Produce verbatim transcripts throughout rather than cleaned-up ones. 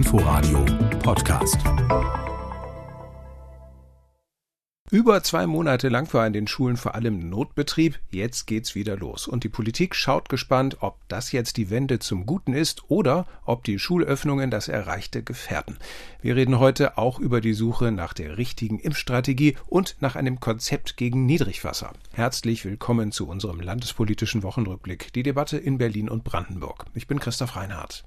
Inforadio Podcast. Über zwei Monate lang war in den Schulen vor allem Notbetrieb, jetzt geht's wieder los. Und die Politik schaut gespannt, ob das jetzt die Wende zum Guten ist oder ob die Schulöffnungen das Erreichte gefährden. Wir reden heute auch über die Suche nach der richtigen Impfstrategie und nach einem Konzept gegen Niedrigwasser. Herzlich willkommen zu unserem landespolitischen Wochenrückblick, die Debatte in Berlin und Brandenburg. Ich bin Christoph Reinhardt.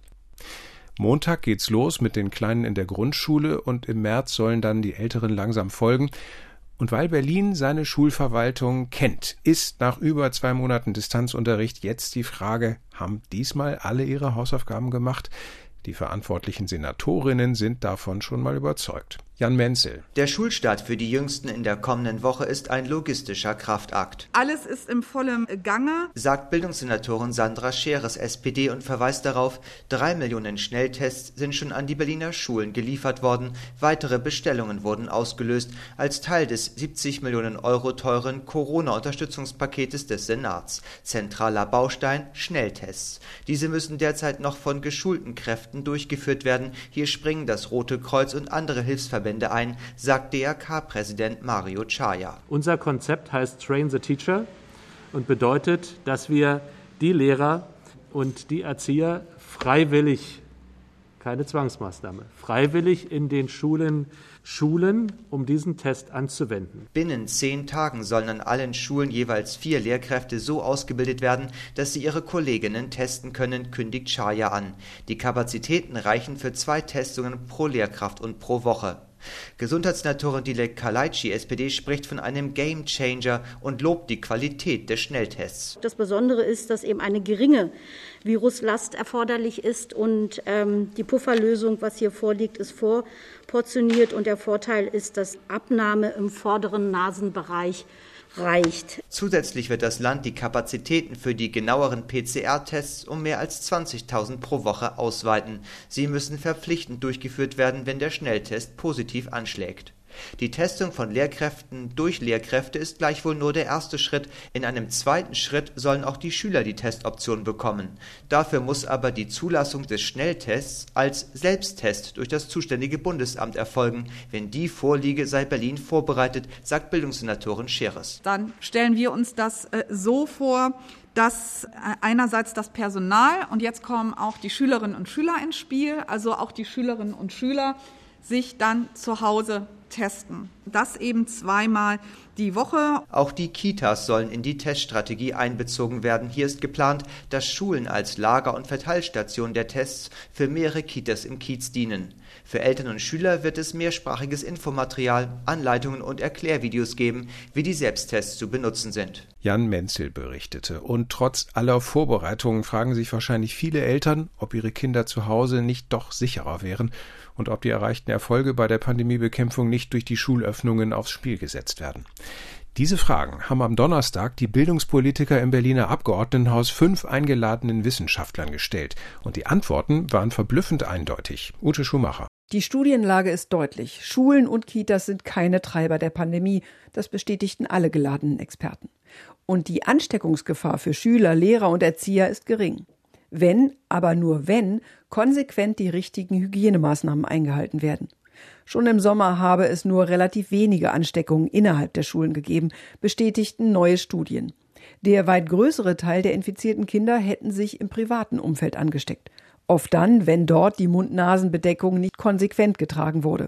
Montag geht's los mit den Kleinen in der Grundschule und im März sollen dann die Älteren langsam folgen. Und weil Berlin seine Schulverwaltung kennt, ist nach über zwei Monaten Distanzunterricht jetzt die Frage, haben diesmal alle ihre Hausaufgaben gemacht? Die verantwortlichen Senatorinnen sind davon schon mal überzeugt. Jan Menzel. Der Schulstart für die Jüngsten in der kommenden Woche ist ein logistischer Kraftakt. Alles ist im vollen Gange, sagt Bildungssenatorin Sandra Scheres, S P D, und verweist darauf, drei Millionen Schnelltests sind schon an die Berliner Schulen geliefert worden. Weitere Bestellungen wurden ausgelöst als Teil des siebzig Millionen Euro teuren Corona-Unterstützungspaketes des Senats. Zentraler Baustein Schnelltests. Diese müssen derzeit noch von geschulten Kräften durchgeführt werden. Hier springen das Rote Kreuz und andere Hilfsverbände ein, sagt D R K-Präsident Mario Chaya. Unser Konzept heißt Train the Teacher und bedeutet, dass wir die Lehrer und die Erzieher freiwillig, keine Zwangsmaßnahme, freiwillig in den Schulen schulen, um diesen Test anzuwenden. Binnen zehn Tagen sollen an allen Schulen jeweils vier Lehrkräfte so ausgebildet werden, dass sie ihre Kolleginnen testen können, kündigt Chaya an. Die Kapazitäten reichen für zwei Testungen pro Lehrkraft und pro Woche. Gesundheitssenatorin Dilek Kalaitschi, S P D, spricht von einem Gamechanger und lobt die Qualität des Schnelltests. Das Besondere ist, dass eben eine geringe Viruslast erforderlich ist und ähm, die Pufferlösung, was hier vorliegt, ist vorportioniert und der Vorteil ist, dass Abnahme im vorderen Nasenbereich reicht. Zusätzlich wird das Land die Kapazitäten für die genaueren P C R-Tests um mehr als zwanzigtausend pro Woche ausweiten. Sie müssen verpflichtend durchgeführt werden, wenn der Schnelltest positiv anschlägt. Die Testung von Lehrkräften durch Lehrkräfte ist gleichwohl nur der erste Schritt. In einem zweiten Schritt sollen auch die Schüler die Testoption bekommen. Dafür muss aber die Zulassung des Schnelltests als Selbsttest durch das zuständige Bundesamt erfolgen. Wenn die vorliege, sei Berlin vorbereitet, sagt Bildungssenatorin Scheres. Dann stellen wir uns das äh, so vor, dass einerseits das Personal und jetzt kommen auch die Schülerinnen und Schüler ins Spiel, also auch die Schülerinnen und Schüler sich dann zu Hause testen. Das eben zweimal die Woche. Auch die Kitas sollen in die Teststrategie einbezogen werden. Hier ist geplant, dass Schulen als Lager- und Verteilstation der Tests für mehrere Kitas im Kiez dienen. Für Eltern und Schüler wird es mehrsprachiges Infomaterial, Anleitungen und Erklärvideos geben, wie die Selbsttests zu benutzen sind. Jan Menzel berichtete. Und trotz aller Vorbereitungen fragen sich wahrscheinlich viele Eltern, ob ihre Kinder zu Hause nicht doch sicherer wären und ob die erreichten Erfolge bei der Pandemiebekämpfung nicht durch die Schulöffnungen aufs Spiel gesetzt werden. Diese Fragen haben am Donnerstag die Bildungspolitiker im Berliner Abgeordnetenhaus fünf eingeladenen Wissenschaftlern gestellt. Und die Antworten waren verblüffend eindeutig. Ute Schumacher. Die Studienlage ist deutlich. Schulen und Kitas sind keine Treiber der Pandemie. Das bestätigten alle geladenen Experten. Und die Ansteckungsgefahr für Schüler, Lehrer und Erzieher ist gering. Wenn, aber nur wenn, konsequent die richtigen Hygienemaßnahmen eingehalten werden. Schon im Sommer habe es nur relativ wenige Ansteckungen innerhalb der Schulen gegeben, bestätigten neue Studien. Der weit größere Teil der infizierten Kinder hätten sich im privaten Umfeld angesteckt. Oft dann, wenn dort die Mund-Nasen-Bedeckung nicht konsequent getragen wurde.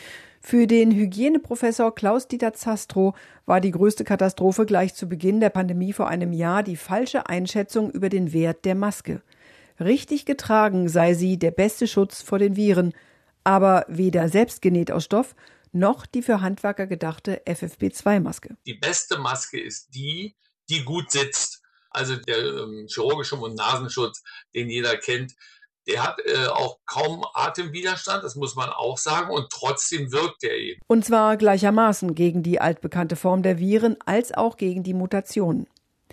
Für den Hygieneprofessor Klaus-Dieter Zastrow war die größte Katastrophe gleich zu Beginn der Pandemie vor einem Jahr die falsche Einschätzung über den Wert der Maske. Richtig getragen sei sie der beste Schutz vor den Viren, aber weder selbst genäht aus Stoff noch die für Handwerker gedachte F F P zwei Maske. Die beste Maske ist die, die gut sitzt. Also der ähm, chirurgische Mund-Nasenschutz, den jeder kennt, der hat äh, auch kaum Atemwiderstand, das muss man auch sagen, und trotzdem wirkt er eben. Und zwar gleichermaßen gegen die altbekannte Form der Viren als auch gegen die Mutationen.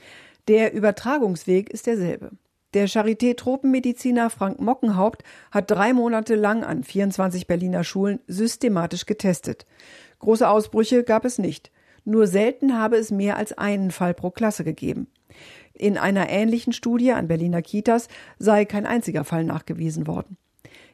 Der Übertragungsweg ist derselbe. Der Charité-Tropenmediziner Frank Mockenhaupt hat drei Monate lang an vierundzwanzig Berliner Schulen systematisch getestet. Große Ausbrüche gab es nicht. Nur selten habe es mehr als einen Fall pro Klasse gegeben. In einer ähnlichen Studie an Berliner Kitas sei kein einziger Fall nachgewiesen worden.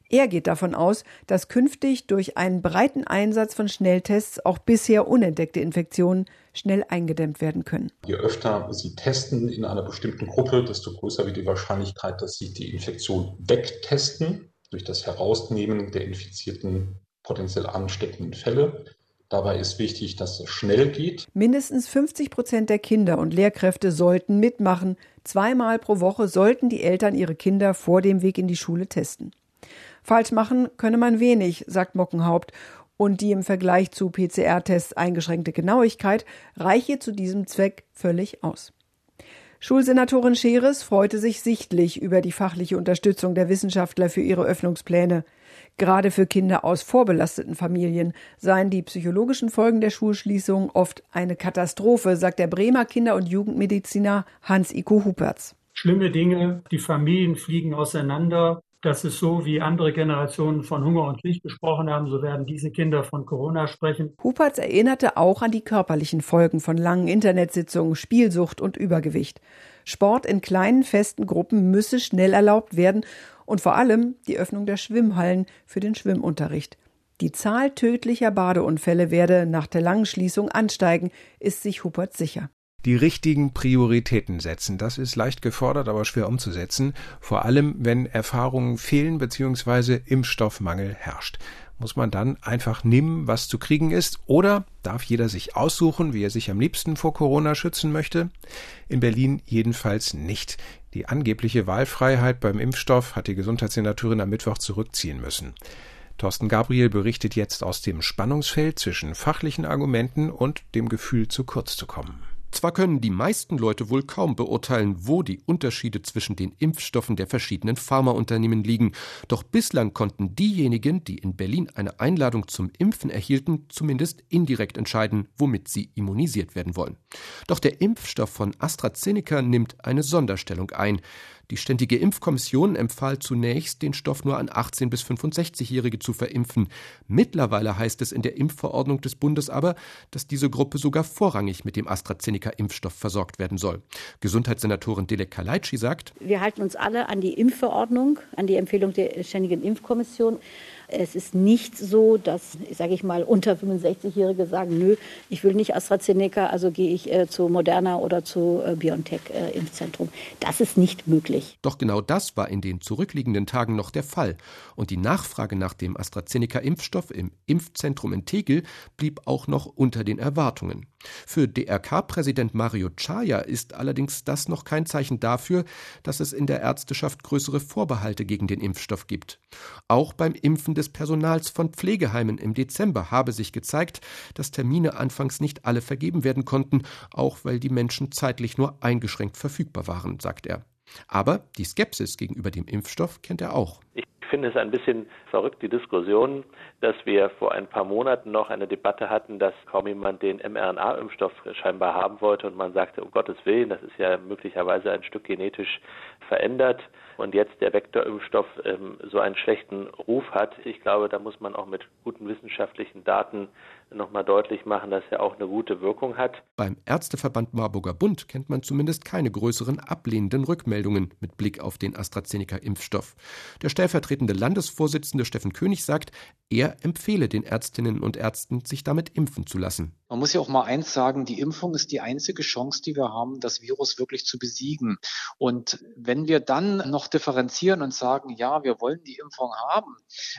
Er geht davon aus, dass künftig durch einen breiten Einsatz von Schnelltests auch bisher unentdeckte Infektionen schnell eingedämmt werden können. Je öfter Sie testen in einer bestimmten Gruppe, desto größer wird die Wahrscheinlichkeit, dass Sie die Infektion wegtesten, durch das Herausnehmen der infizierten, potenziell ansteckenden Fälle. Dabei ist wichtig, dass es schnell geht. Mindestens fünfzig Prozent der Kinder und Lehrkräfte sollten mitmachen. Zweimal pro Woche sollten die Eltern ihre Kinder vor dem Weg in die Schule testen. Falsch machen könne man wenig, sagt Mockenhaupt. Und die im Vergleich zu P C R-Tests eingeschränkte Genauigkeit reiche zu diesem Zweck völlig aus. Schulsenatorin Scheres freute sich sichtlich über die fachliche Unterstützung der Wissenschaftler für ihre Öffnungspläne. Gerade für Kinder aus vorbelasteten Familien seien die psychologischen Folgen der Schulschließung oft eine Katastrophe, sagt der Bremer Kinder- und Jugendmediziner Hans-Iko Hupertz. Schlimme Dinge, die Familien fliegen auseinander. Das ist so, wie andere Generationen von Hunger und Krieg gesprochen haben, so werden diese Kinder von Corona sprechen. Hupertz erinnerte auch an die körperlichen Folgen von langen Internetsitzungen, Spielsucht und Übergewicht. Sport in kleinen, festen Gruppen müsse schnell erlaubt werden und vor allem die Öffnung der Schwimmhallen für den Schwimmunterricht. Die Zahl tödlicher Badeunfälle werde nach der langen Schließung ansteigen, ist sich Hupertz sicher. Die richtigen Prioritäten setzen, das ist leicht gefordert, aber schwer umzusetzen. Vor allem, wenn Erfahrungen fehlen bzw. Impfstoffmangel herrscht. Muss man dann einfach nehmen, was zu kriegen ist? Oder darf jeder sich aussuchen, wie er sich am liebsten vor Corona schützen möchte? In Berlin jedenfalls nicht. Die angebliche Wahlfreiheit beim Impfstoff hat die Gesundheitssenatorin am Mittwoch zurückziehen müssen. Thorsten Gabriel berichtet jetzt aus dem Spannungsfeld zwischen fachlichen Argumenten und dem Gefühl, zu kurz zu kommen. Zwar können die meisten Leute wohl kaum beurteilen, wo die Unterschiede zwischen den Impfstoffen der verschiedenen Pharmaunternehmen liegen, doch bislang konnten diejenigen, die in Berlin eine Einladung zum Impfen erhielten, zumindest indirekt entscheiden, womit sie immunisiert werden wollen. Doch der Impfstoff von AstraZeneca nimmt eine Sonderstellung ein. Die Ständige Impfkommission empfahl zunächst, den Stoff nur an achtzehn- bis fünfundsechzigjährige zu verimpfen. Mittlerweile heißt es in der Impfverordnung des Bundes aber, dass diese Gruppe sogar vorrangig mit dem AstraZeneca-Impfstoff versorgt werden soll. Gesundheitssenatorin Dilek Kalaitschi sagt: Wir halten uns alle an die Impfverordnung, an die Empfehlung der Ständigen Impfkommission. Es ist nicht so, dass, sage ich mal, unter fünfundsechzigjährige sagen, nö, ich will nicht AstraZeneca, also gehe ich äh, zu Moderna oder zu äh, BioNTech-Impfzentrum. Äh, das ist nicht möglich. Doch genau das war in den zurückliegenden Tagen noch der Fall. Und die Nachfrage nach dem AstraZeneca-Impfstoff im Impfzentrum in Tegel blieb auch noch unter den Erwartungen. Für D R K-Präsident Mario Chaya ist allerdings das noch kein Zeichen dafür, dass es in der Ärzteschaft größere Vorbehalte gegen den Impfstoff gibt. Auch beim Impfen des Personals von Pflegeheimen im Dezember habe sich gezeigt, dass Termine anfangs nicht alle vergeben werden konnten, auch weil die Menschen zeitlich nur eingeschränkt verfügbar waren, sagt er. Aber die Skepsis gegenüber dem Impfstoff kennt er auch. Ich finde es ein bisschen verrückt, die Diskussion, dass wir vor ein paar Monaten noch eine Debatte hatten, dass kaum jemand den mRNA-Impfstoff scheinbar haben wollte und man sagte, um Gottes Willen, das ist ja möglicherweise ein Stück genetisch verändert und jetzt der Vektorimpfstoff ähm, so einen schlechten Ruf hat. Ich glaube, da muss man auch mit guten wissenschaftlichen Daten nochmal deutlich machen, dass er auch eine gute Wirkung hat. Beim Ärzteverband Marburger Bund kennt man zumindest keine größeren ablehnenden Rückmeldungen mit Blick auf den AstraZeneca-Impfstoff. Der stellvertretende Landesvorsitzende Steffen König sagt, er empfehle den Ärztinnen und Ärzten, sich damit impfen zu lassen. Man muss ja auch mal eins sagen, die Impfung ist die einzige Chance, die wir haben, das Virus wirklich zu besiegen. Und wenn wir dann noch differenzieren und sagen, ja, wir wollen die Impfung haben,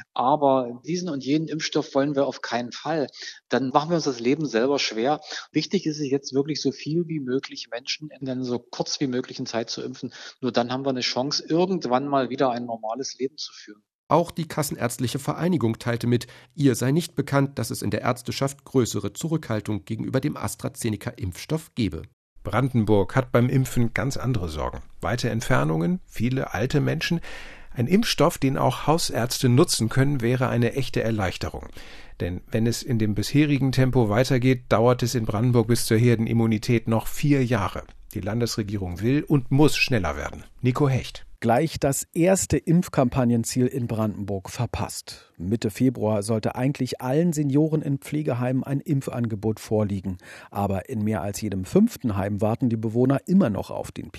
aber diesen und jenen Impfstoff wollen wir auf keinen Fall, dann machen wir uns das Leben selber schwer. Wichtig ist es jetzt wirklich so viel wie möglich Menschen in einer so kurz wie möglichen Zeit zu impfen. Nur dann haben wir eine Chance, irgendwann mal wieder ein normales Leben zu führen. Auch die Kassenärztliche Vereinigung teilte mit, ihr sei nicht bekannt, dass es in der Ärzteschaft größere Zurückhaltung gegenüber dem AstraZeneca-Impfstoff gebe. Brandenburg hat beim Impfen ganz andere Sorgen. Weite Entfernungen, viele alte Menschen. Ein Impfstoff, den auch Hausärzte nutzen können, wäre eine echte Erleichterung. Denn wenn es in dem bisherigen Tempo weitergeht, dauert es in Brandenburg bis zur Herdenimmunität noch vier Jahre. Die Landesregierung will und muss schneller werden. Nico Hecht. Gleich das erste Impfkampagnenziel in Brandenburg verpasst. Mitte Februar sollte eigentlich allen Senioren in Pflegeheimen ein Impfangebot vorliegen. Aber in mehr als jedem fünften Heim warten die Bewohner immer noch auf den Peaks.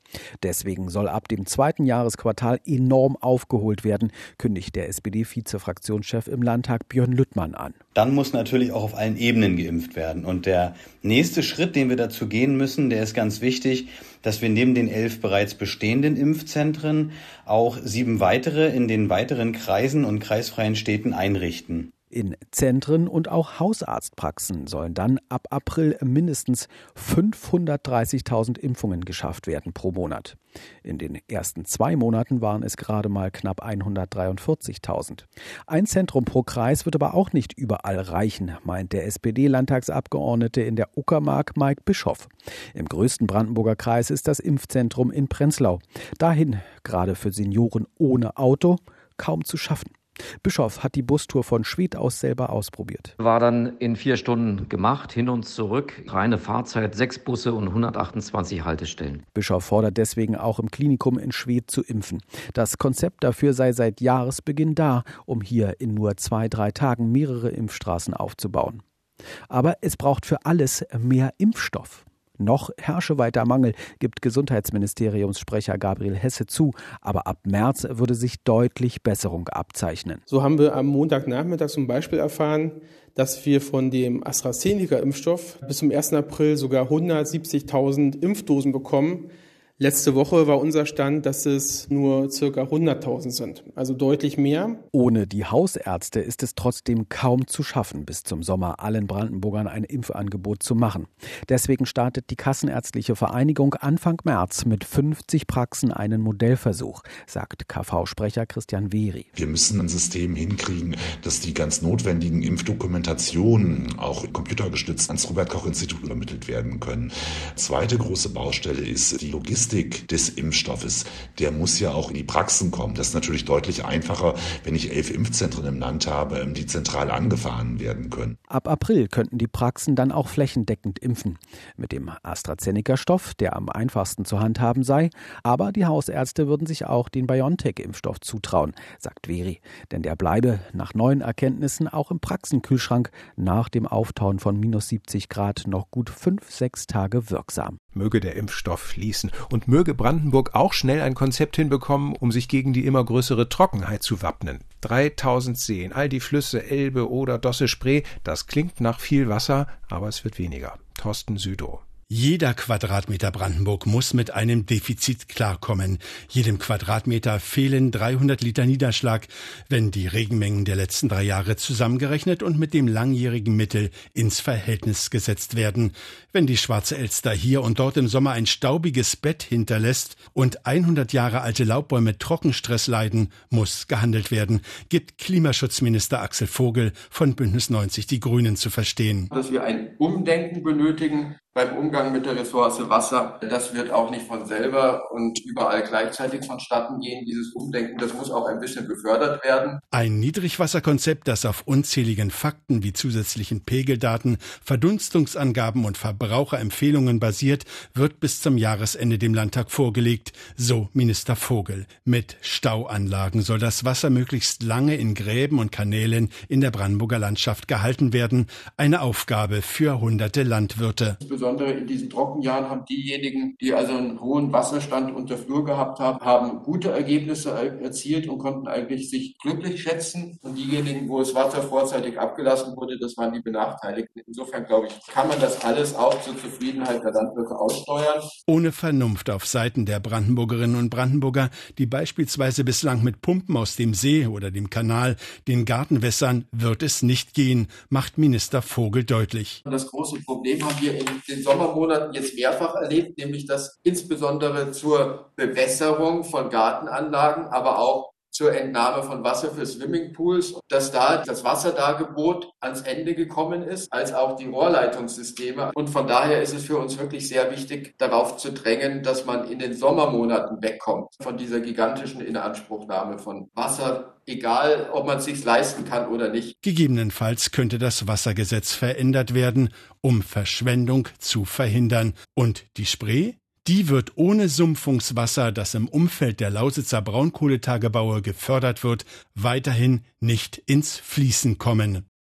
Deswegen soll ab dem zweiten Jahresquartal enorm aufgeholt werden, kündigt der S P D-Vizefraktionschef im Landtag Björn Lüttmann an. Dann muss natürlich auch auf allen Ebenen geimpft werden. Und der nächste Schritt, den wir dazu gehen müssen, der ist ganz wichtig, dass wir neben den elf bereits bestehenden Impfzentren auch sieben weitere in den weiteren Kreisen und kreisfreien Städten einrichten. In Zentren und auch Hausarztpraxen sollen dann ab April mindestens fünfhundertdreißigtausend Impfungen geschafft werden pro Monat. In den ersten zwei Monaten waren es gerade mal knapp hundertdreiundvierzigtausend. Ein Zentrum pro Kreis wird aber auch nicht überall reichen, meint der S P D-Landtagsabgeordnete in der Uckermark Mike Bischoff. Im größten Brandenburger Kreis ist das Impfzentrum in Prenzlau. Dahin, gerade für Senioren ohne Auto, kaum zu schaffen. Bischoff hat die Bustour von Schwedt aus selber ausprobiert. War dann in vier Stunden gemacht, hin und zurück. Reine Fahrzeit, sechs Busse und hundertachtundzwanzig Haltestellen. Bischoff fordert deswegen auch im Klinikum in Schwedt zu impfen. Das Konzept dafür sei seit Jahresbeginn da, um hier in nur zwei, drei Tagen mehrere Impfstraßen aufzubauen. Aber es braucht für alles mehr Impfstoff. Noch herrsche weiter Mangel, gibt Gesundheitsministeriumssprecher Gabriel Hesse zu. Aber ab März würde sich deutlich Besserung abzeichnen. So haben wir am Montagnachmittag zum Beispiel erfahren, dass wir von dem AstraZeneca-Impfstoff bis zum ersten April sogar hundertsiebzigtausend Impfdosen bekommen. Letzte Woche war unser Stand, dass es nur ca. hunderttausend sind, also deutlich mehr. Ohne die Hausärzte ist es trotzdem kaum zu schaffen, bis zum Sommer allen Brandenburgern ein Impfangebot zu machen. Deswegen startet die Kassenärztliche Vereinigung Anfang März mit fünfzig Praxen einen Modellversuch, sagt K V-Sprecher Christian Wehry. Wir müssen ein System hinkriegen, dass die ganz notwendigen Impfdokumentationen auch computergestützt ans Robert-Koch-Institut übermittelt werden können. Zweite große Baustelle ist die Logistik des Impfstoffes. Der muss ja auch in die Praxen kommen. Das ist natürlich deutlich einfacher, wenn ich elf Impfzentren im Land habe, die zentral angefahren werden können. Ab April könnten die Praxen dann auch flächendeckend impfen. Mit dem AstraZeneca-Stoff, der am einfachsten zu handhaben sei. Aber die Hausärzte würden sich auch den BioNTech-Impfstoff zutrauen, sagt Wehry. Denn der bleibe nach neuen Erkenntnissen auch im Praxenkühlschrank nach dem Auftauen von minus siebzig Grad noch gut fünf, sechs Tage wirksam. Möge der Impfstoff fließen und möge Brandenburg auch schnell ein Konzept hinbekommen, um sich gegen die immer größere Trockenheit zu wappnen. dreitausend Seen, all die Flüsse Elbe oder Dosse Spree, das klingt nach viel Wasser, aber es wird weniger. Thorsten Südow. Jeder Quadratmeter Brandenburg muss mit einem Defizit klarkommen. Jedem Quadratmeter fehlen dreihundert Liter Niederschlag, wenn die Regenmengen der letzten drei Jahre zusammengerechnet und mit dem langjährigen Mittel ins Verhältnis gesetzt werden. Wenn die Schwarze Elster hier und dort im Sommer ein staubiges Bett hinterlässt und hundert Jahre alte Laubbäume Trockenstress leiden, muss gehandelt werden, gibt Klimaschutzminister Axel Vogel von Bündnis neunzig Die Grünen zu verstehen. Dass wir ein Umdenken benötigen beim Umgang mit der Ressource Wasser. Das wird auch nicht von selber und überall gleichzeitig vonstatten gehen. Dieses Umdenken, das muss auch ein bisschen befördert werden. Ein Niedrigwasserkonzept, das auf unzähligen Fakten wie zusätzlichen Pegeldaten, Verdunstungsangaben und Verbraucherempfehlungen basiert, wird bis zum Jahresende dem Landtag vorgelegt, so Minister Vogel. Mit Stauanlagen soll das Wasser möglichst lange in Gräben und Kanälen in der Brandenburger Landschaft gehalten werden. Eine Aufgabe für hunderte Landwirte. Insbesondere in diesen Trockenjahren haben diejenigen, die also einen hohen Wasserstand unter Flur gehabt haben, haben gute Ergebnisse erzielt und konnten eigentlich sich glücklich schätzen. Und diejenigen, wo das Wasser vorzeitig abgelassen wurde, das waren die Benachteiligten. Insofern, glaube ich, kann man das alles auch zur Zufriedenheit der Landwirte aussteuern. Ohne Vernunft auf Seiten der Brandenburgerinnen und Brandenburger, die beispielsweise bislang mit Pumpen aus dem See oder dem Kanal den Garten wässern, wird es nicht gehen, macht Minister Vogel deutlich. Das große Problem haben wir in den Sommermonaten jetzt mehrfach erlebt, nämlich dass insbesondere zur Bewässerung von Gartenanlagen, aber auch zur Entnahme von Wasser für Swimmingpools, dass da das Wasserdargebot ans Ende gekommen ist, als auch die Rohrleitungssysteme. Und von daher ist es für uns wirklich sehr wichtig, darauf zu drängen, dass man in den Sommermonaten wegkommt von dieser gigantischen Inanspruchnahme von Wasser, egal ob man es sich leisten kann oder nicht. Gegebenenfalls könnte das Wassergesetz verändert werden, um Verschwendung zu verhindern. Und die Spree? Die wird ohne Sumpfungswasser, das im Umfeld der Lausitzer Braunkohletagebaue gefördert wird, weiterhin nicht ins Fließen kommen.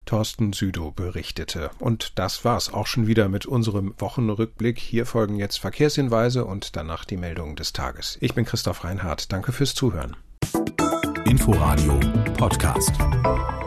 Thorsten Südow berichtete. Und das war's auch schon wieder mit unserem Wochenrückblick. Hier folgen jetzt Verkehrshinweise und danach die Meldungen des Tages. Ich bin Christoph Reinhardt. Danke fürs Zuhören. Inforadio Podcast.